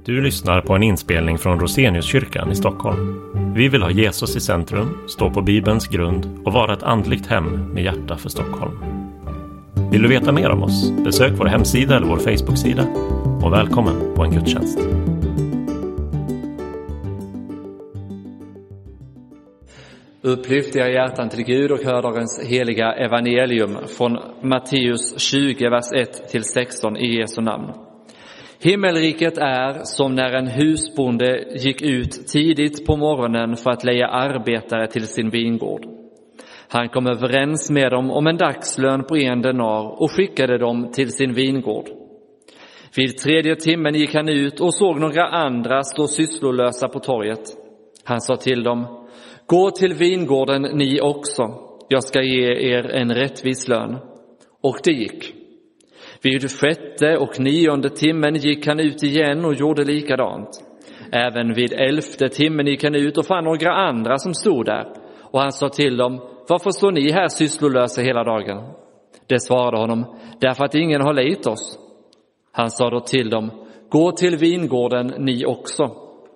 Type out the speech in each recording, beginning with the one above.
Du lyssnar på en inspelning från Roseniuskyrkan i Stockholm. Vi vill ha Jesus i centrum, stå på Bibelns grund och vara ett andligt hem med hjärta för Stockholm. Vill du veta mer om oss? Besök vår hemsida eller vår Facebook-sida. Och välkommen på en gudstjänst. Upplyft era hjärtan till Gud och hör dagens heliga evangelium från Matteus 20, vers 1-16 i Jesu namn. Himmelriket är som när en husbonde gick ut tidigt på morgonen för att leja arbetare till sin vingård. Han kom överens med dem om en dagslön på 1 denar och skickade dem till sin vingård. Vid 3:e timmen gick han ut och såg några andra stå sysslolösa på torget. Han sa till dem: gå till vingården ni också, jag ska ge er en rättvis lön. Och det gick. Vid 6:e och 9:e timmen gick han ut igen och gjorde likadant. Även vid 11:e timmen gick han ut och fann några andra som stod där. Och han sa till dem: varför står ni här sysslolösa hela dagen? Det svarade honom: därför att ingen har lejt oss. Han sa då till dem: gå till vingården ni också.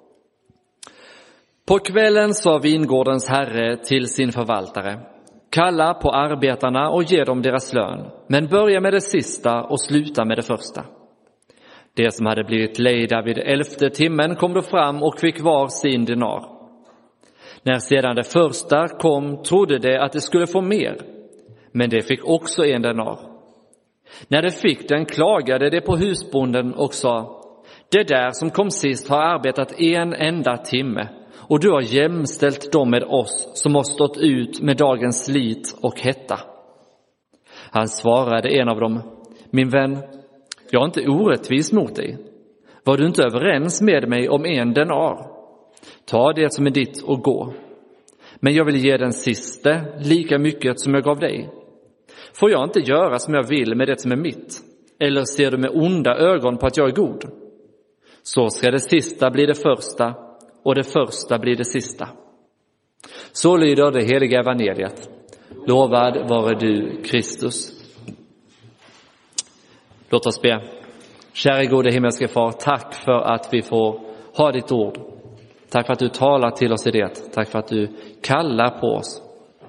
På kvällen sa vingårdens herre till sin förvaltare: kalla på arbetarna och ge dem deras lön, men börja med det sista och sluta med det första. Det som hade blivit lejda vid 11:e timmen kom då fram och fick var sin denar. När sedan det första kom trodde de att de skulle få mer, men de fick också 1 denar. När de fick den klagade de på husbonden och sa: det där som kom sist har arbetat 1 enda timme, och du har jämställt dem med oss som har stått ut med dagens slit och hetta. Han svarade en av dem: min vän, jag är inte orättvis mot dig. Var du inte överens med mig om 1 denar? Ta det som är ditt och gå. Men jag vill ge den siste lika mycket som jag gav dig. Får jag inte göra som jag vill med det som är mitt? Eller ser du med onda ögon på att jag är god? Så ska det sista bli det första och det första blir det sista. Så lyder det heliga evangeliet. Lovad vare du, Kristus. Låt oss be. Kära gode himmelske far, tack för att vi får ha ditt ord. Tack för att du talar till oss i det. Tack för att du kallar på oss.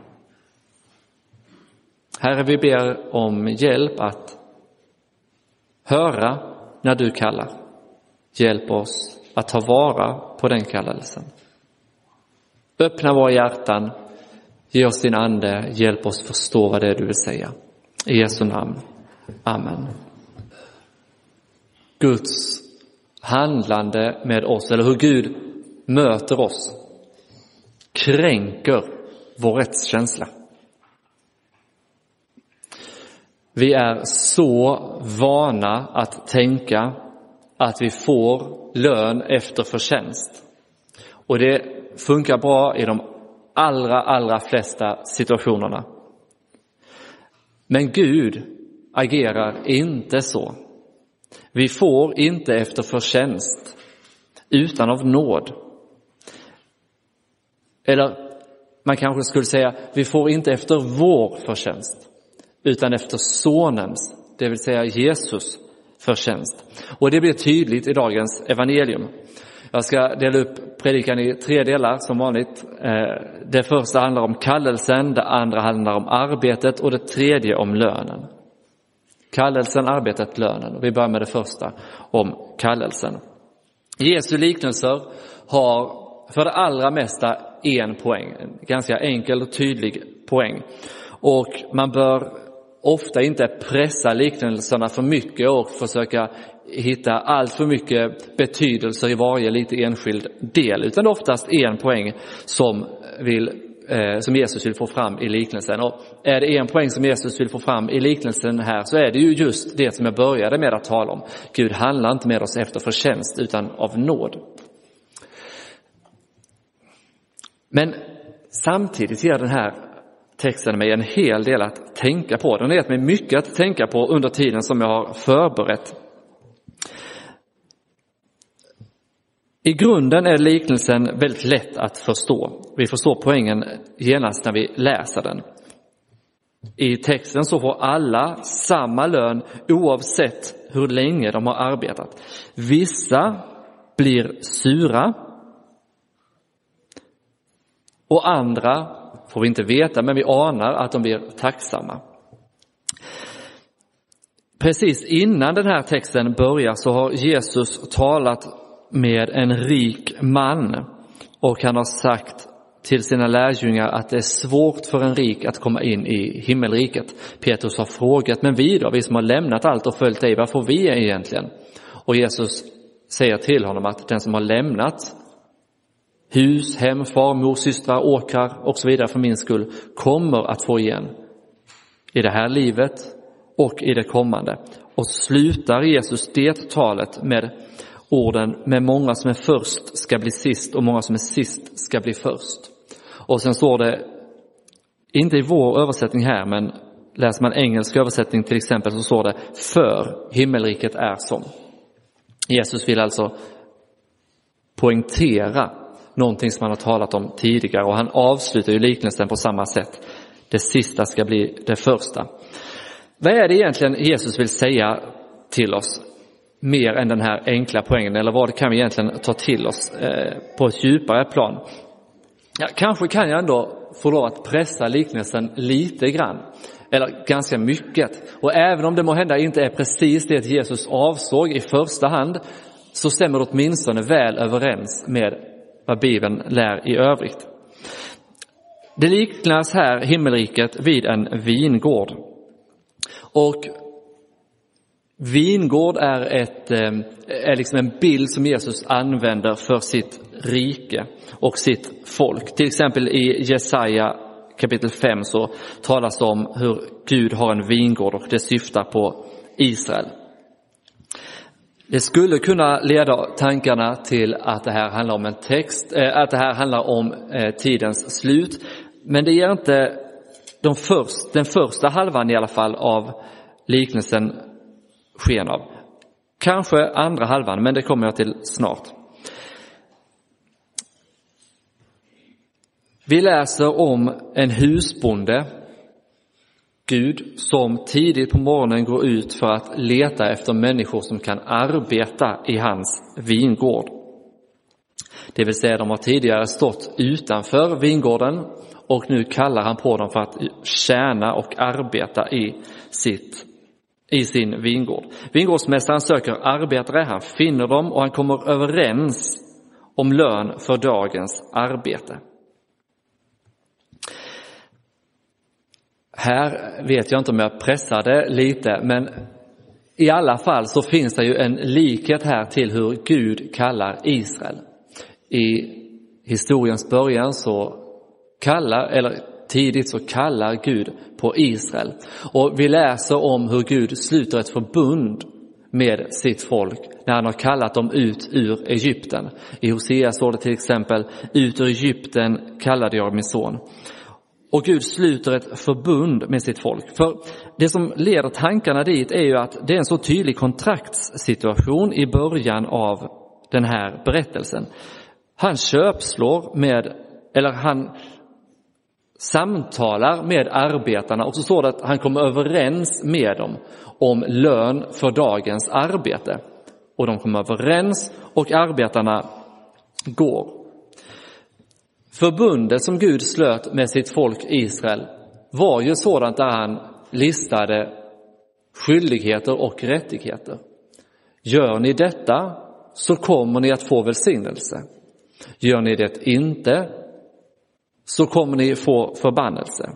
Herre, vi ber om hjälp att höra när du kallar. Hjälp oss att ta vara på den kallelsen. Öppna våra hjärtan, ge oss din ande, hjälp oss förstå vad det är du vill säga. I Jesu namn. Amen. Guds handlande med oss, eller hur Gud möter oss, kränker vår rättskänsla. Vi är så vana att tänka att vi får lön efter förtjänst. Och det funkar bra i de allra flesta situationerna. Men Gud agerar inte så. Vi får inte efter förtjänst, utan av nåd. Eller man kanske skulle säga, vi får inte efter vår förtjänst, utan efter sonens, det vill säga Jesus, förtjänst. Och det blir tydligt i dagens evangelium. Jag ska dela upp predikan i 3 delar som vanligt. Det första handlar om kallelsen, det andra handlar om arbetet och det tredje om lönen. Kallelsen, arbetet, lönen. Vi börjar med det första, om kallelsen. Jesu liknelser har för det allra mesta 1 poäng. En ganska enkel och tydlig poäng. Och man bör ofta inte pressa liknelserna för mycket och försöka hitta allt för mycket betydelser i varje lite enskild del, utan oftast 1 poäng som Jesus vill få fram i liknelsen. Och är det 1 poäng som Jesus vill få fram i liknelsen här, så är det ju just det som jag började med att tala om. Gud handlar inte med oss efter förtjänst utan av nåd. Men samtidigt ger den här texten mig en hel del att tänka på. Den har gett mig mycket att tänka på under tiden som jag har förberett. I grunden är liknelsen väldigt lätt att förstå. Vi förstår poängen genast när vi läser den. I texten så får alla samma lön oavsett hur länge de har arbetat. Vissa blir sura. Och andra får vi inte veta, men vi anar att de blir tacksamma. Precis innan den här texten börjar så har Jesus talat med en rik man. Och han har sagt till sina lärjungar att det är svårt för en rik att komma in i himmelriket. Petrus har frågat, men vi som har lämnat allt och följt dig, vad får vi egentligen? Och Jesus säger till honom att den som har lämnat hus, hem, far, mor, systrar, åkrar och så vidare för min skull kommer att få igen i det här livet och i det kommande. Och slutar Jesus det talet med orden, med många som är först ska bli sist och många som är sist ska bli först. Och sen står det, inte i vår översättning här, men läser man engelsk översättning till exempel så står det, för himmelriket är som. Jesus vill alltså poängtera någonting som han har talat om tidigare, och han avslutar ju liknelsen på samma sätt. Det sista ska bli det första. Vad är det egentligen Jesus vill säga till oss mer än den här enkla poängen, eller vad kan vi egentligen ta till oss på ett djupare plan? Ja, kanske kan jag ändå få lov att pressa liknelsen lite grann, eller ganska mycket. Och även om det må hända inte är precis det Jesus avsåg i första hand, så stämmer det åtminstone väl överens med vad Bibeln lär i övrigt. Det liknas här himmelriket vid en vingård. Och vingård är liksom en bild som Jesus använder för sitt rike och sitt folk. Till exempel i Jesaja kapitel 5 så talas det om hur Gud har en vingård, och det syftar på Israel. Det skulle kunna leda tankarna till att det här handlar om en text, att det här handlar om tidens slut. Men det ger inte den första halvan i alla fall av liknelsen sken av. Kanske andra halvan, men det kommer jag till snart. Vi läser om en husbonde, Gud, som tidigt på morgonen går ut för att leta efter människor som kan arbeta i hans vingård. Det vill säga, de har tidigare stått utanför vingården och nu kallar han på dem för att tjäna och arbeta i sin vingård. Vingårdsmästaren söker arbetare, han finner dem och han kommer överens om lön för dagens arbete. Här vet jag inte om jag pressade lite, men i alla fall så finns det ju en likhet här till hur Gud kallar Israel. I historiens början tidigt så kallar Gud på Israel. Och vi läser om hur Gud sluter ett förbund med sitt folk när han har kallat dem ut ur Egypten. I Hosea står det till exempel, ut ur Egypten kallade jag min son. Och Gud sluter ett förbund med sitt folk. För det som leder tankarna dit är ju att det är en så tydlig kontraktssituation i början av den här berättelsen. Han han samtalar med arbetarna, och så står det att han kommer överens med dem om lön för dagens arbete. Och de kommer överens och arbetarna går. Förbundet som Gud slöt med sitt folk Israel var ju sådant där han listade skyldigheter och rättigheter. Gör ni detta så kommer ni att få välsignelse. Gör ni det inte så kommer ni få förbannelse.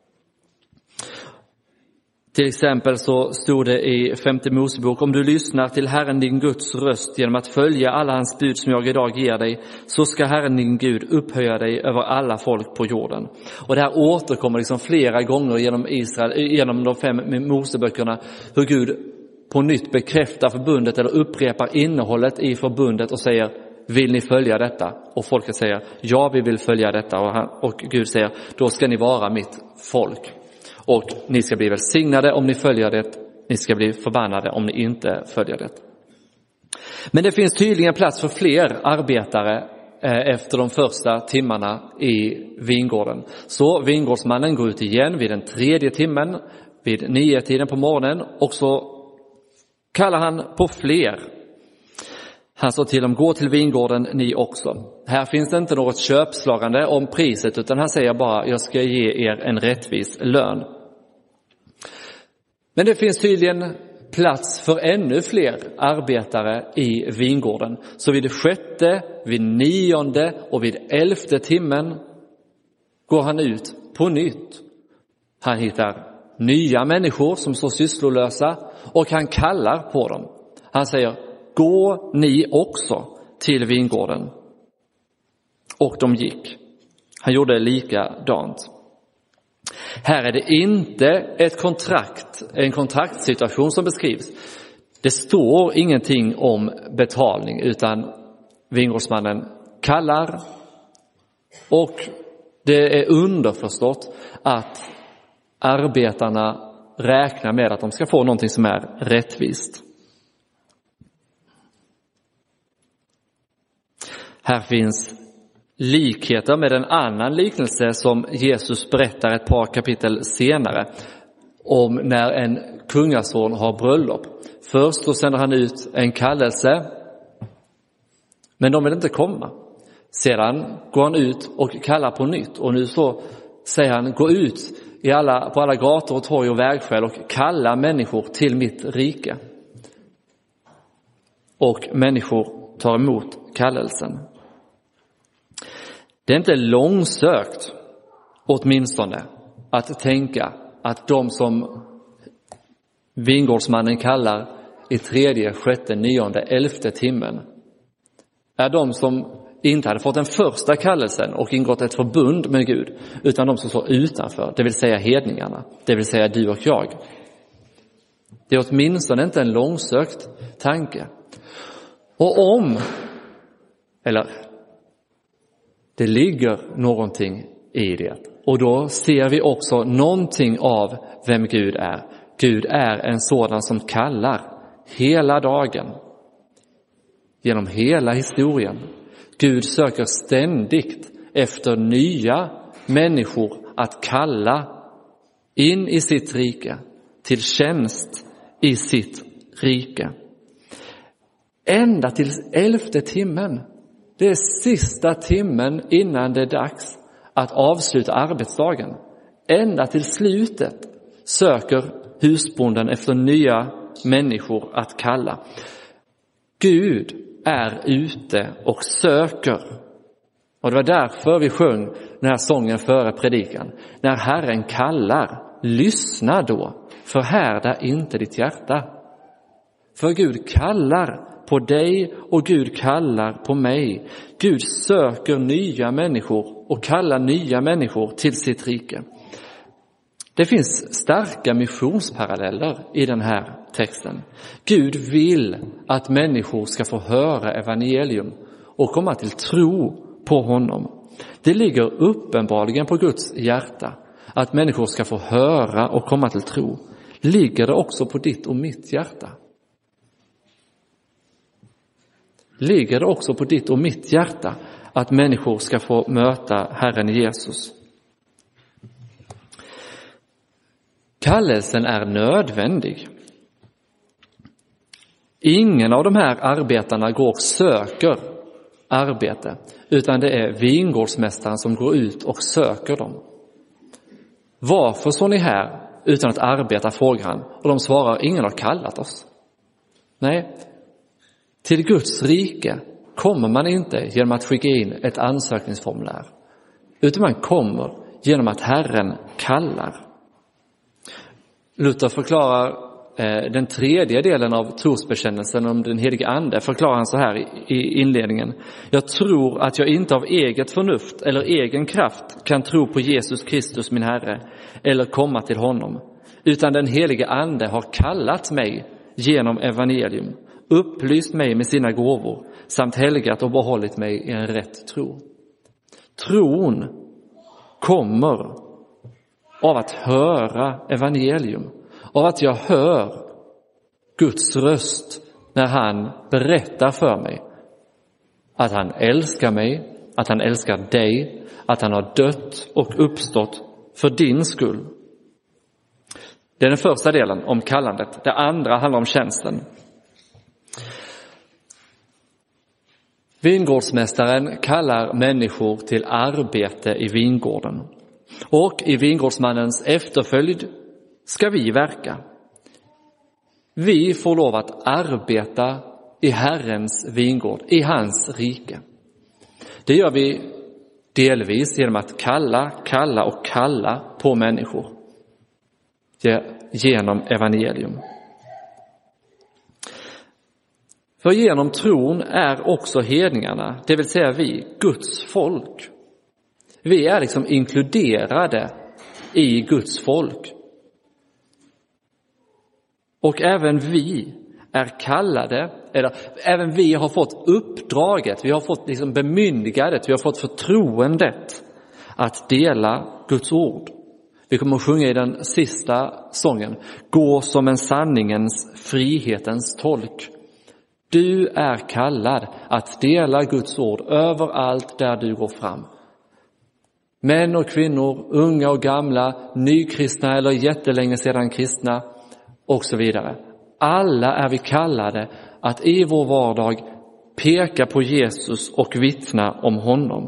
Till exempel så stod det i 5:e Mosebok, om du lyssnar till Herren din Guds röst genom att följa alla hans bud som jag idag ger dig, så ska Herren din Gud upphöja dig över alla folk på jorden. Och det här återkommer liksom flera gånger genom de 5 Moseböckerna, hur Gud på nytt bekräftar förbundet eller upprepar innehållet i förbundet och säger, vill ni följa detta? Och folket säger, ja vi vill följa detta. Och Gud säger, då ska ni vara mitt folk. Och ni ska bli välsignade om ni följer det. Ni ska bli förbannade om ni inte följer det. Men det finns tydligen plats för fler arbetare efter de första timmarna i vingården. Så vingårdsmannen går ut igen vid den 3:e timmen, vid 9-tiden på morgonen. Och så kallar han på fler. Han sa till dem, gå till vingården ni också. Här finns det inte något köpslagande om priset, utan han säger bara, jag ska ge er en rättvis lön. Men det finns tydligen plats för ännu fler arbetare i vingården. Så vid 6:e, vid 9:e och vid 11:e timmen går han ut på nytt. Han hittar nya människor som står sysslolösa och han kallar på dem. Han säger, gå ni också till vingården. Och de gick. Han gjorde likadant. Här är det inte en kontraktssituation som beskrivs. Det står ingenting om betalning, utan vingårdsmannen kallar och det är underförstått att arbetarna räknar med att de ska få någonting som är rättvist. Här finns likheter med en annan liknelse som Jesus berättar ett par kapitel senare om när en kungason har bröllop. Först så sänder han ut en kallelse, men de vill inte komma. Sedan går han ut och kallar på nytt, och nu så säger han, gå ut på alla gator och torg och vägskäl och kalla människor till mitt rike. Och människor tar emot kallelsen. Det är inte långsökt, åtminstone, att tänka att de som vingårdsmannen kallar i 3:e, 6:e, 9:e, 11:e timmen är de som inte hade fått den första kallelsen och ingått ett förbund med Gud, utan de som står utanför, det vill säga hedningarna, det vill säga du och jag. Det är åtminstone inte en långsökt tanke. Och det ligger någonting i det. Och då ser vi också någonting av vem Gud är. Gud är en sådan som kallar hela dagen, genom hela historien. Gud söker ständigt efter nya människor att kalla in i sitt rike, till tjänst i sitt rike. Ända till 11:e timmen. Det är sista timmen innan det är dags att avsluta arbetsdagen. Ända till slutet söker husbonden efter nya människor att kalla. Gud är ute och söker. Och det var därför vi sjöng den här sången före predikan. När Herren kallar, lyssna då, förhärda inte ditt hjärta. För Gud kallar på dig och Gud kallar på mig. Gud söker nya människor och kallar nya människor till sitt rike. Det finns starka missionsparalleller i den här texten. Gud vill att människor ska få höra evangelium och komma till tro på honom. Det ligger uppenbarligen på Guds hjärta att människor ska få höra och komma till tro. Ligger det också på ditt och mitt hjärta? Ligger det också på ditt och mitt hjärta att människor ska få möta Herren Jesus? Kallelsen är nödvändig. Ingen av de här arbetarna går och söker arbete, utan det är vingårdsmästaren som går ut och söker dem. Varför står ni här utan att arbeta, frågar han. Och de svarar, ingen har kallat oss. Nej, till Guds rike kommer man inte genom att skicka in ett ansökningsformulär, utan man kommer genom att Herren kallar. Luther förklarar den tredje delen av trosbekännelsen om den helige ande, förklarar han så här i inledningen. Jag tror att jag inte av eget förnuft eller egen kraft kan tro på Jesus Kristus min Herre eller komma till honom, utan den helige ande har kallat mig genom evangelium, upplyst mig med sina gåvor samt helgat och behållit mig i en rätt tro. Tron kommer av att höra evangelium, av att jag hör Guds röst när han berättar för mig att han älskar mig, att han älskar dig, att han har dött och uppstått för din skull. Det är den första delen om kallandet. Det andra handlar om tjänsten. Vingårdsmästaren kallar människor till arbete i vingården. Och i vingårdsmannens efterföljd ska vi verka. Vi får lov att arbeta i Herrens vingård, i hans rike. Det gör vi delvis genom att kalla på människor genom evangelium. För genom tron är också hedningarna, det vill säga vi, Guds folk. Vi är liksom inkluderade i Guds folk. Och även vi är kallade, eller även vi har fått uppdraget, vi har fått liksom bemyndigandet, vi har fått förtroendet att dela Guds ord. Vi kommer att sjunga i den sista sången, gå som en sanningens, frihetens tolk. Du är kallad att dela Guds ord överallt där du går fram. Män och kvinnor, unga och gamla, nykristna eller jättelänge sedan kristna och så vidare. Alla är vi kallade att i vår vardag peka på Jesus och vittna om honom.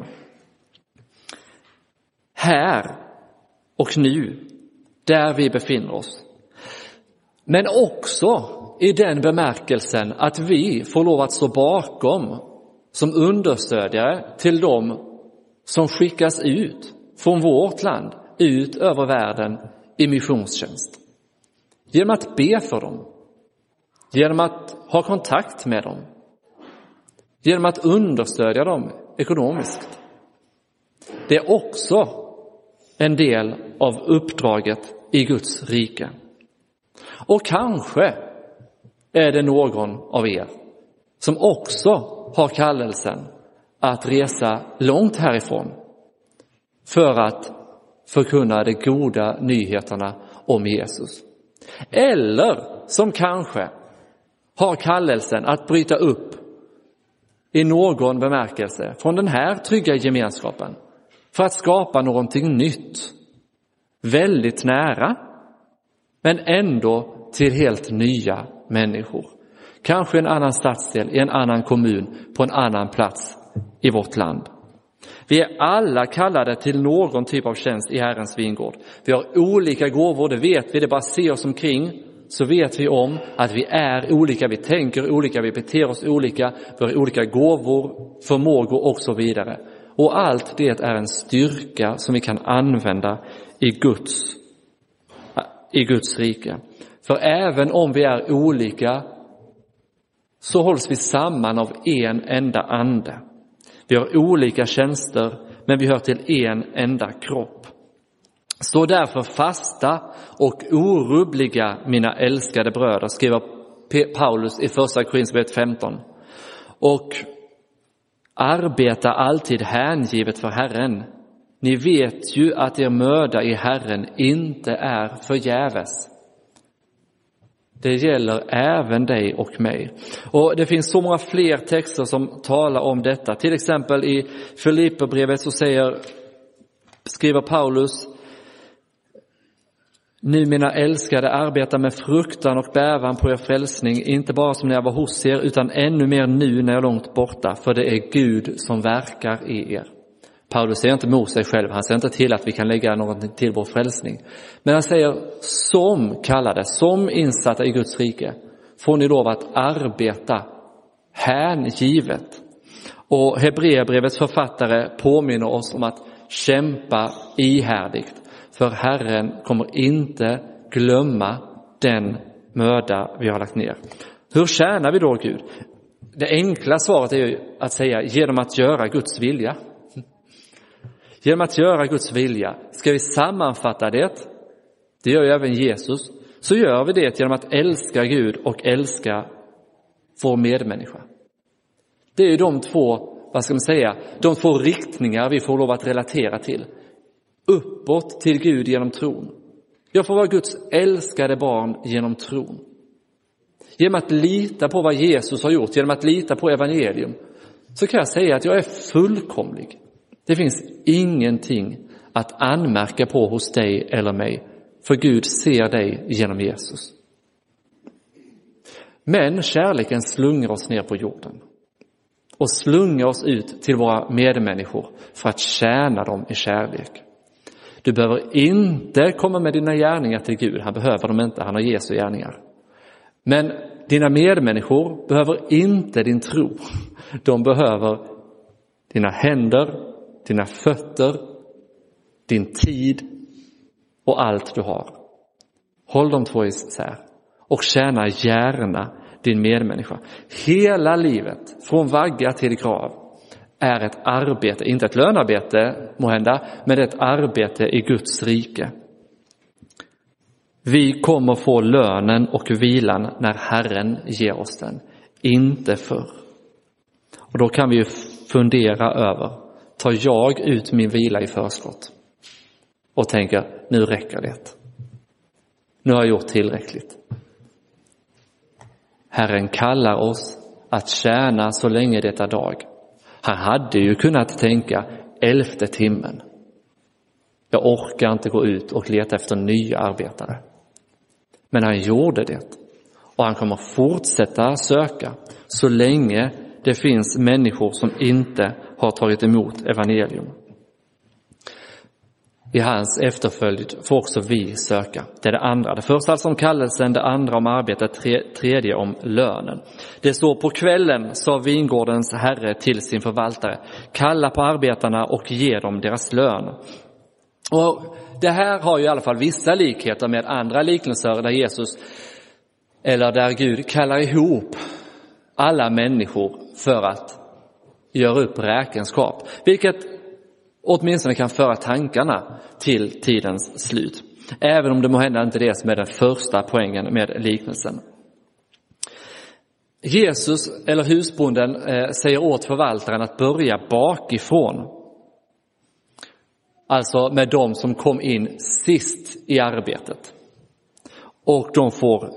Här och nu, där vi befinner oss. Men också i den bemärkelsen att vi får lov att stå bakom som understödjare till dem som skickas ut från vårt land, ut över världen i missionstjänst. Genom att be för dem, genom att ha kontakt med dem, genom att understödja dem ekonomiskt. Det är också en del av uppdraget i Guds rike. Och kanske är det någon av er som också har kallelsen att resa långt härifrån för att förkunna de goda nyheterna om Jesus. Eller som kanske har kallelsen att bryta upp i någon bemärkelse från den här trygga gemenskapen för att skapa någonting nytt, väldigt nära, men ändå till helt nya människor. Kanske en annan stadsdel, i en annan kommun, på en annan plats i vårt land. Vi är alla kallade till någon typ av tjänst i Herrens vingård. Vi har olika gåvor, det vet vi, det bara ser oss omkring. Så vet vi om att vi är olika, vi tänker olika, vi beter oss olika, vi har olika gåvor, förmågor och så vidare. Och allt det är en styrka som vi kan använda i Guds rike. För även om vi är olika så hålls vi samman av en enda ande. Vi har olika tjänster, men vi hör till en enda kropp. Stå därför fasta och orubbliga, mina älskade bröder, skriver Paulus i första Korinthierbrevet 15. Och arbeta alltid hängivet för Herren. Ni vet ju att er möda i Herren inte är förgäves. Det gäller även dig och mig. Och det finns så många fler texter som talar om detta. Till exempel i Filipperbrevet så skriver Paulus: nu mina älskade, arbeta med fruktan och bävan på er frälsning, inte bara som när jag var hos er, utan ännu mer nu när jag är långt borta, för det är Gud som verkar i er. Paulus säger inte mot sig själv, han säger inte till att vi kan lägga något till vår frälsning. Men han säger som kallade, som insatta i Guds rike, får ni lov att arbeta hängivet. Och Hebreerbrevets författare påminner oss om att kämpa ihärdigt. För Herren kommer inte glömma den möda vi har lagt ner. Hur tjänar vi då Gud? Det enkla svaret är ju att säga genom att göra Guds vilja. Genom att göra Guds vilja. Ska vi sammanfatta det? Det gör ju även Jesus. Så gör vi det genom att älska Gud och älska vår medmänniska. Det är ju de två riktningar vi får lov att relatera till. Uppåt till Gud genom tron. Jag får vara Guds älskade barn genom tron. Genom att lita på vad Jesus har gjort, genom att lita på evangelium, så kan jag säga att jag är fullkomlig. Det finns ingenting att anmärka på hos dig eller mig, för Gud ser dig genom Jesus. Men kärleken slungar oss ner på jorden. och slunga oss ut till våra medmänniskor för att tjäna dem i kärlek. Du behöver inte komma med dina gärningar till Gud. Han behöver dem inte, han har Jesu gärningar. Men dina medmänniskor behöver inte din tro. De behöver dina händer, dina fötter, din tid och allt du har. Håll de två isär och tjäna gärna din medmänniska. Hela livet, från vagga till grav, är ett arbete, inte ett lönarbete måhända, men ett arbete i Guds rike. Vi kommer få lönen och vilan när Herren ger oss den, inte förr. Och då kan vi ju fundera över, tar jag ut min vila i förskott och tänker, nu räcker det. Nu har jag gjort tillräckligt. Herren kallar oss att tjäna så länge det är dag. Han hade ju kunnat tänka 11:e timmen. Jag orkar inte gå ut och leta efter nya arbetare. Men han gjorde det. Och han kommer fortsätta söka så länge det finns människor som inte har tagit emot evangelium. I hans efterföljd får också vi söka. Det är det andra. Det första alltså om kallelsen, det andra om arbetet, tredje om lönen. Det står: på kvällen sa vingårdens herre till sin förvaltare: kalla på arbetarna och ge dem deras lön. Och det här har ju i alla fall vissa likheter med andra liknelser där Jesus eller där Gud kallar ihop alla människor för att göra upp räkenskap. Vilket åtminstone kan föra tankarna till tidens slut. Även om det måhända inte är det som är den första poängen med liknelsen. Jesus eller husbonden säger åt förvaltaren att börja bakifrån. Alltså med de som kom in sist i arbetet. Och de får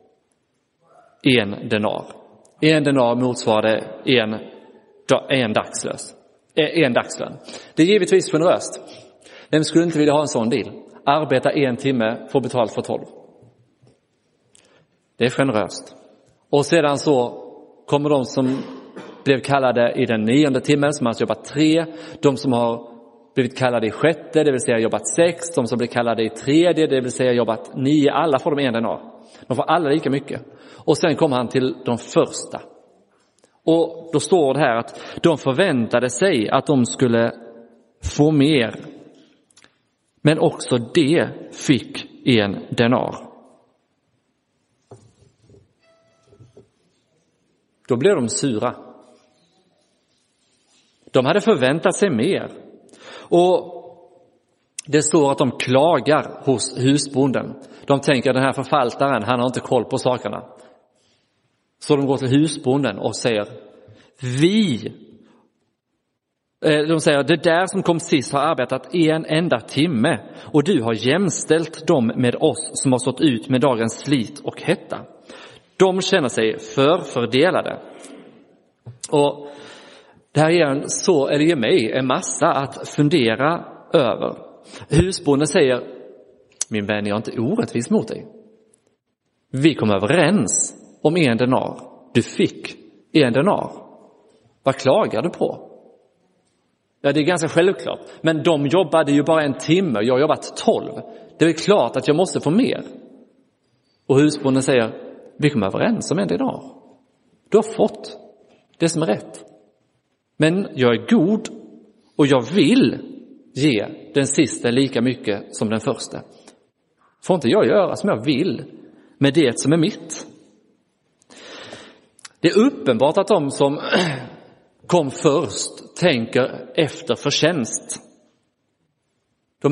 1 denar. 1 denar motsvarade en dagslön. Det är givetvis generöst. Vem skulle inte vilja ha en sån deal? Arbeta 1 timme, få betalt för 12. Det är generöst. Och sedan så kommer de som blev kallade i den 9:e timmen, som har jobbat 3. De som har blivit kallade i 6:e, det vill säga jobbat 6. De som blir kallade i 3:e, det vill säga jobbat 9. Alla får de 1 denar. De får alla lika mycket. Och sen kommer han till de första. Och då står det här att de förväntade sig att de skulle få mer. Men också det fick 1 denar. Då blev de sura. De hade förväntat sig mer. Och det står att de klagar hos husbonden. De tänker, den här förvaltaren, han har inte koll på sakerna. Så de går till husbonden och säger, de säger, det där som kom sist har arbetat 1 enda timme och du har jämställt dem med oss som har stått ut med dagens slit och hetta. De känner sig förfördelade. Och det här ger mig en massa att fundera över. Husbonden säger, min vän, jag är inte orättvis mot dig. Vi kom överens om 1 denar. Du fick 1 denar. Vad klagar du på? Ja, det är ganska självklart. Men de jobbade ju bara 1 timme. Jag har jobbat 12. Det är klart att jag måste få mer. Och husbonden säger, vi kom överens om 1 denar. Du har fått det som är rätt. Men jag är god och jag vill ge den sista lika mycket som den första. Får inte jag göra som jag vill med det som är mitt? Det är uppenbart att de som kom först tänker efter förtjänst. De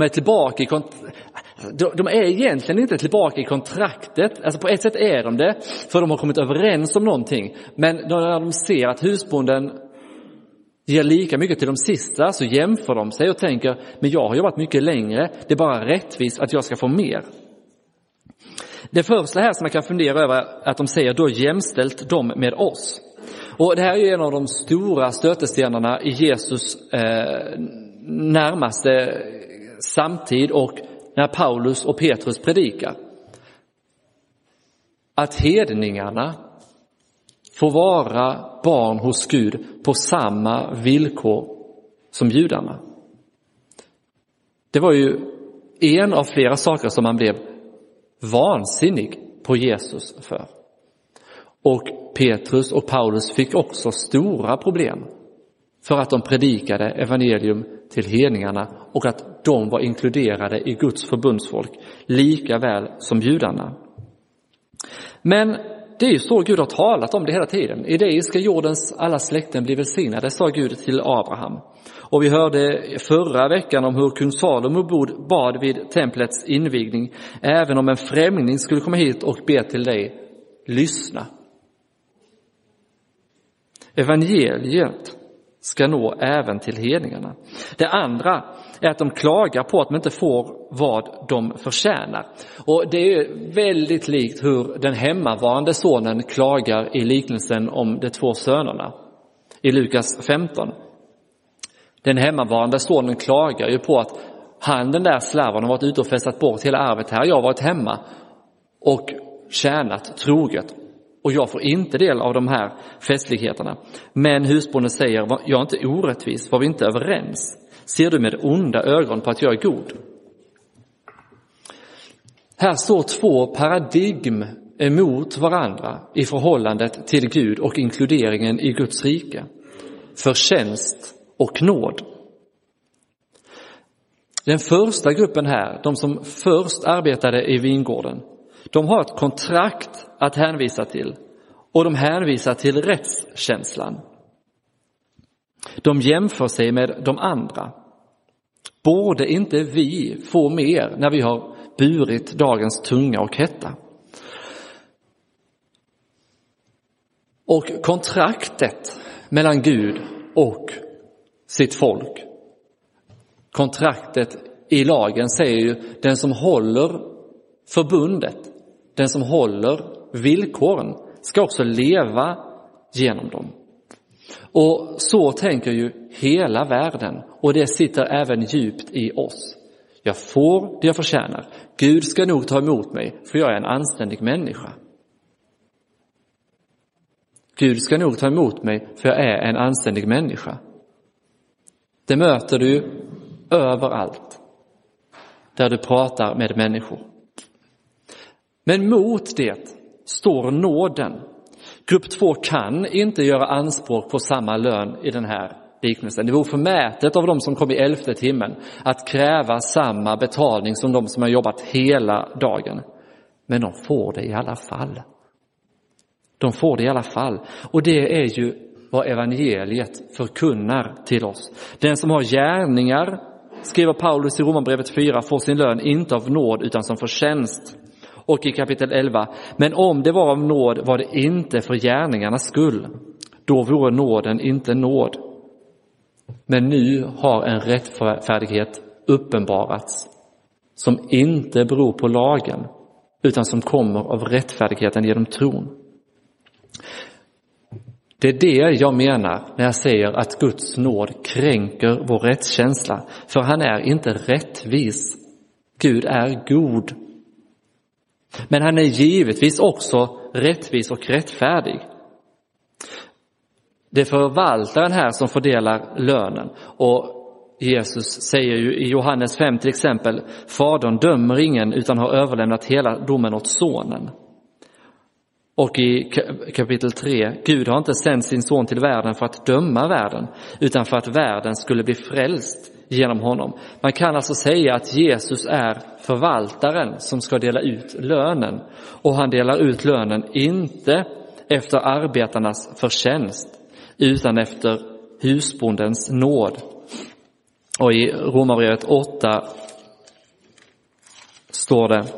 är egentligen inte tillbaka i kontraktet. Alltså på ett sätt är de det, för de har kommit överens om någonting. Men när de ser att husbonden ger lika mycket till de sista, så jämför de sig och tänker, men jag har jobbat mycket längre, det är bara rättvist att jag ska få mer. Det första här som man kan fundera över är att de säger, då jämställt dem med oss. Och det här är en av de stora stötestenarna i Jesus närmaste samtid och när Paulus och Petrus predikar. Att hedningarna få vara barn hos Gud på samma villkor som judarna. Det var ju en av flera saker som man blev vansinnig på Jesus för. Och Petrus och Paulus fick också stora problem för att de predikade evangelium till hedningarna och att de var inkluderade i Guds förbundsfolk lika väl som judarna. Men det är ju så Gud har talat om det hela tiden. I dig ska jordens alla släkten bli välsignade, sa Gud till Abraham. Och vi hörde förra veckan om hur kung Salomo bad vid templets invigning. Även om en främling skulle komma hit och be till dig, lyssna. Evangeliet ska nå även till hedningarna. Det andra är att de klagar på att de inte får vad de förtjänar. Och det är väldigt likt hur den hemmavarande sonen klagar i liknelsen om de 2 sönerna i Lukas 15. Den hemmavarande sonen klagar ju på att han, den där slarven, har varit ute och festat bort hela arvet här. Jag har varit hemma och tjänat troget. Och jag får inte del av de här festligheterna. Men husbonden säger, jag är inte orättvis, var vi inte överens? Ser du med onda ögon på att jag är god? Här står 2 paradigm emot varandra i förhållandet till Gud och inkluderingen i Guds rike. Förtjänst och nåd. Den första gruppen här, de som först arbetade i vingården, de har ett kontrakt att hänvisa till och de hänvisar till rättskänslan. De jämför sig med de andra. Borde inte vi få mer när vi har burit dagens tunga och hetta? Och kontraktet mellan Gud och sitt folk, kontraktet i lagen säger ju den som håller förbundet, den som håller villkoren ska också leva genom dem. Och så tänker ju hela världen och det sitter även djupt i oss. Jag får det jag förtjänar. Gud ska nog ta emot mig för jag är en anständig människa. Gud ska nog ta emot mig för jag är en anständig människa. Det möter du överallt där du pratar med människor. Men mot det står nåden. Grupp 2 kan inte göra anspråk på samma lön i den här liknelsen. Det vore förmätet av de som kom i 11:e timmen att kräva samma betalning som de som har jobbat hela dagen. Men de får det i alla fall. De får det i alla fall. Och det är ju vad evangeliet förkunnar till oss. Den som har gärningar, skriver Paulus i Romarbrevet 4, får sin lön inte av nåd utan som förtjänst. Och i kapitel 11, men om det var av nåd var det inte för gärningarnas skull. Då vore nåden inte nåd. Men nu har en rättfärdighet uppenbarats som inte beror på lagen utan som kommer av rättfärdigheten genom tron. Det är det jag menar när jag säger att Guds nåd kränker vår rättskänsla. För han är inte rättvis. Gud är god. Men han är givetvis också rättvis och rättfärdig. Det är förvaltaren här som fördelar lönen. Och Jesus säger ju i Johannes 5 till exempel, Fadern dömer ingen utan har överlämnat hela domen åt sonen. Och i kapitel 3, Gud har inte sänt sin son till världen för att döma världen, utan för att världen skulle bli frälst genom honom. Man kan alltså säga att Jesus är förvaltaren som ska dela ut lönen. Och han delar ut lönen inte efter arbetarnas förtjänst, utan efter husbondens nåd. Och i Romarbrevet 8 står det: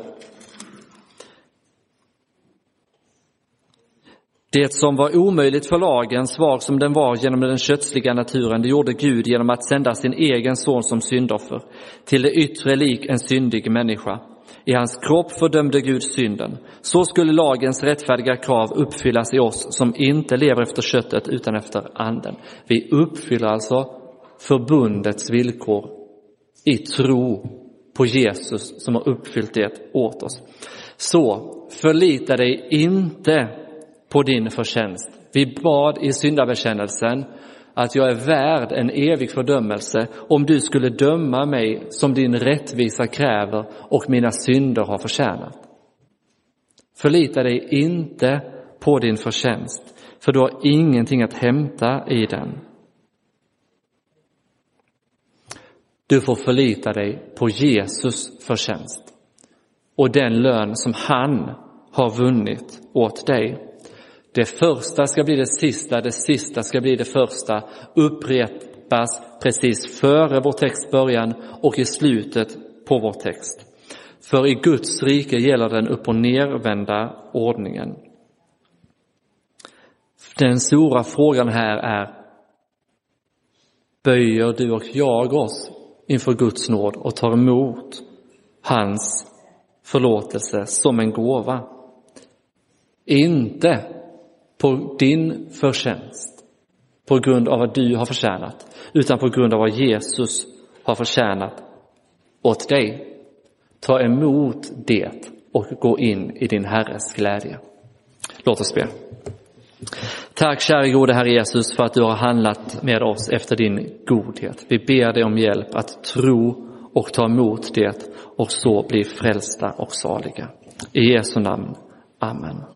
det som var omöjligt för lagen, svag som den var genom den kötsliga naturen, det gjorde Gud genom att sända sin egen son som syndoffer, till det yttre lik en syndig människa. I hans kropp fördömde Gud synden. Så skulle lagens rättfärdiga krav uppfyllas i oss som inte lever efter köttet utan efter anden. Vi uppfyller alltså förbundets villkor i tro på Jesus som har uppfyllt det åt oss. Så förlita dig inte på din förtjänst Vi bad i syndabekännelsen att jag är värd en evig fördömelse om du skulle döma mig som din rättvisa kräver och mina synder har förtjänat. Förlita dig inte på din förtjänst, för du har ingenting att hämta i den. Du får förlita dig på Jesus förtjänst och den lön som han har vunnit åt dig. Det första ska bli det sista ska bli det första, upprepas precis före vår texts början och i slutet på vår text. För i Guds rike gäller den upp- och nervända ordningen. Den stora frågan här är: böjer du och jag oss inför Guds nåd och tar emot hans förlåtelse som en gåva? Inte på din förtjänst, på grund av vad du har förtjänat, utan på grund av vad Jesus har förtjänat åt dig. Ta emot det och gå in i din Herres glädje. Låt oss be. Tack kära gode Herre Jesus för att du har handlat med oss efter din godhet. Vi ber dig om hjälp att tro och ta emot det och så bli frälsta och saliga. I Jesu namn. Amen.